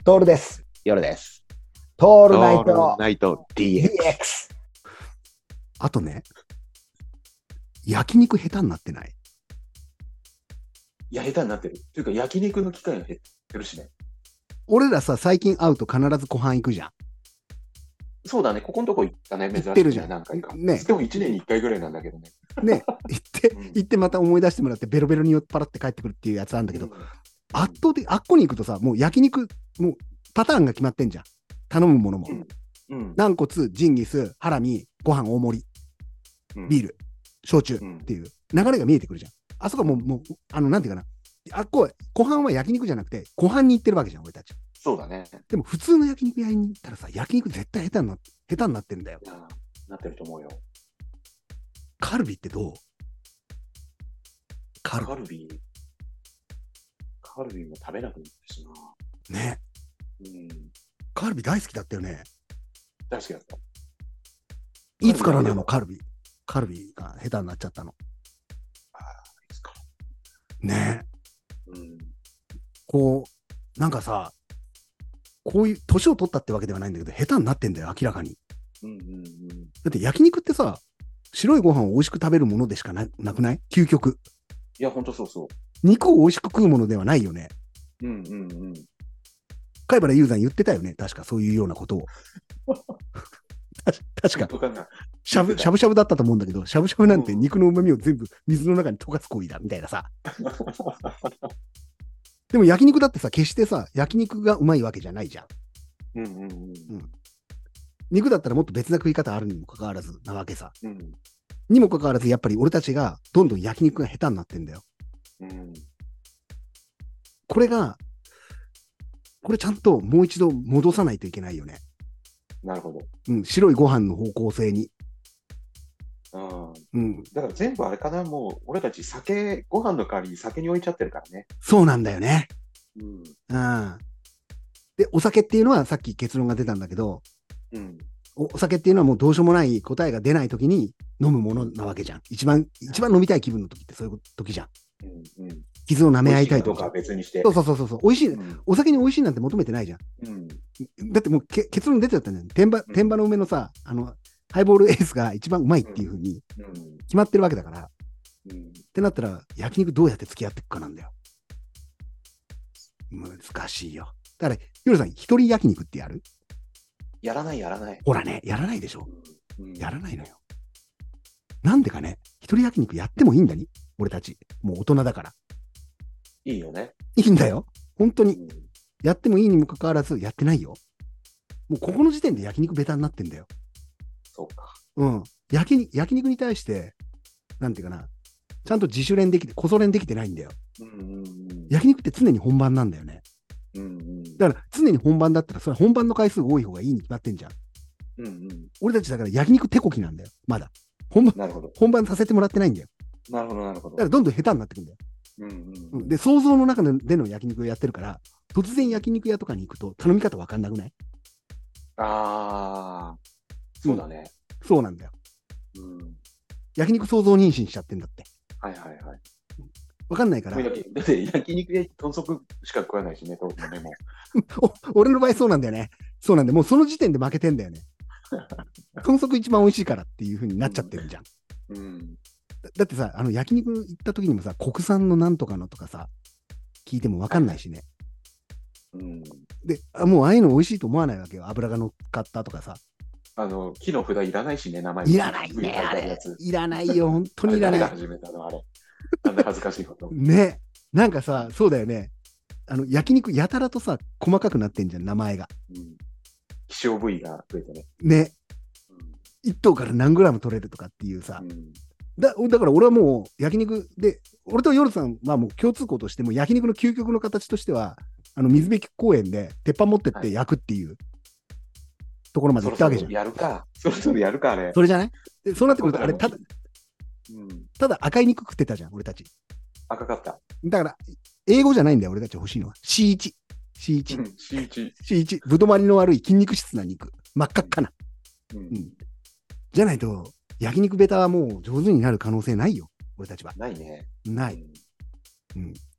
トールです。 夜です。 トールナイオールトナイト DX。 DX。あとね、焼肉下手になってない？ いや、下手になってる。というか、焼肉の機会が減ってるしね。 俺らさ、最近会うと必ず湖畔行くじゃん。 そうだね、ここのとこ行ったね、珍しくね、 行ってるじゃん。 何回か。 ね。 でも1年に1回ぐらいなんだけどね。 ね。 うん行ってまた思い出してもらってベロベロに酔っ払って帰ってくるっていうやつなんだけど、 うん圧倒的、あっこに行くとさ、もう焼肉、もうパターンが決まってんじゃん。頼むものも。 うん軟骨、ジンギス、ハラミ、ご飯大盛り、 うんビール、焼酎っていう流れが見えてくるじゃん。あそこはもう、なんていうかな。あっこ、湖畔は焼肉じゃなくて、湖畔に行ってるわけじゃん、俺たち。 そうだね。 でも普通の焼肉屋に行ったらさ、焼肉絶対下手になってるんだよ。 いやなってると思うよ。 カルビってどう？カルカルビ、カルビも食べなくなったしな。 ビ。ね。 うん。 カルビ大好きだったよね。 大好きだった。 いつからなの、 カカルビ。カルビが下手になっちゃったの。 ああ、いつか。 ね。 うん。 こう、なんかさ、こういう、年を取ったってわけではないんだけど、下手になってんだよ、明らかに。 うんうんうん。 だって焼肉ってさ、白いご飯を美味しく食べるものでしかなくない？究極。 いや、ほんとそうそ肉を美味しく食うものではないよね。 う。うんうんうん。 貝原雄山言ってたよね。確かそういうようなことを。確か、 本当かな。 しゃぶしゃぶだったと思うんだけど、しゃぶしゃぶなんて肉の旨味を全部水の中に溶かす行為だ、みたいなさ。でも焼肉だってさ、決してさ、焼肉がうまいわけじゃないじゃん。 うんうんうん。 肉だったらもっと別な食い方あるにもかかわらずなわけさ。 うんにもかかわらず、やっぱり俺たちがどんどん焼肉が下手になってんだよ。 うんこれちゃんともう一度戻さないといけないよね。 なるほど。 うん、白いご飯の方向性に。 うん。 うん、 だから全部あれかな、もう俺たちご飯の代わりに酒に置いちゃってるからね。 そうなんだよね。 うん。 うん。で、お酒っていうのはさっき結論が出たんだけど、 うん。 お酒っていうのはもうどうしようもない答えが出ないときに飲むものなわけじゃん。一番飲みたい気分の時ってそういう時じゃん。 うん。うん。 傷を舐め合いたいとかとか。 は別にして。 そう。美味しい、 うん。 お酒に美味しいなんて求めてないじゃん。 うん。 だってもう結論出てたんだよ。天場の梅のさ、ハイボールエースが一番うまいっていう風にうん。 決まってるわけだから。 うん。 ってなったら、焼肉どうやって付き合っていくかなんだよ。難しいよ。だから、ヨルさん、一人焼肉ってやる？ やらない。 ほらね、やらないでしょ。 うん。 やらないのよ。なんでかね、一人焼肉やってもいいんだに、俺たち。もう大人だから。 いいよね。 いいんだよ。本当に。 うん。 やってもいいにもかかわらず、やってないよ。もうここの時点で焼肉ベタになってんだよ。 そうか。 うん。焼肉に対して、なんていうかな、ちゃんと自主練できて、こそ練できてないんだよ。 うんうん焼肉って常に本番なんだよね。 うん。うんだから常に本番だったら、それは本番の回数が多い方がいいに決まってんじゃん。 うん。うんうん。 俺たちだから焼肉手こきなんだよ。まだ。 なるほど。 本番させてもらってないんだよ。 なるほど、なるほどだから。どんどん下手になってくんだよ。 うんで、想像の中での焼肉をやってるから、突然焼肉屋とかに行くと頼み方わかんなくない？ ああ、そうだね。 そうなんだよ。 うん。 焼肉想像妊娠しちゃってんだって。 はい。 わかんないから。 だって焼肉で豚足しか食わないしね、とねも。 俺の場合そうなんだよね。そうなんだよ。もうその時点で負けてんだよね。豚足一番美味しいからっていう風になっちゃってるじゃん。 うん。 だってさ、焼肉行った時にもさ、国産のなんとかのとかさ、聞いてもわかんないしね。 うん。 で、もうああいうの美味しいと思わないわけよ。油が乗っかったとかさ。 木の札いらないしね、名前いらないね、あれ。いらないよ、本当にいらない。 誰が始めたの、あれ。あんな恥ずかしいこと。 ね。なんかさ、そうだよね。焼肉やたらとさ、細かくなってんじゃん、名前が。 うん。希少部位が増えてね。 ね。1頭から何グラム取れるとかっていうさ。 うん。 だから俺はもう焼肉で、俺と夜さんはもう共通項としても焼肉の究極の形としては、水辺公園で鉄板持ってって焼くっていうところまで行ったわけじゃん。 そろそろやるか、あれ。 それじゃないで、そうなってくると、あれ、ただ赤い肉食ってたじゃん、俺たち。 赤かった。 だから、英語じゃないんだよ、俺たち欲しいのは。C1。 C1。 C1。ぶどまりの悪い筋肉質な肉。真っ赤っかな。 うんじゃないと、焼肉ベタはもう上手になる可能性ないよ、俺たちは。 ないね。 ない。うん。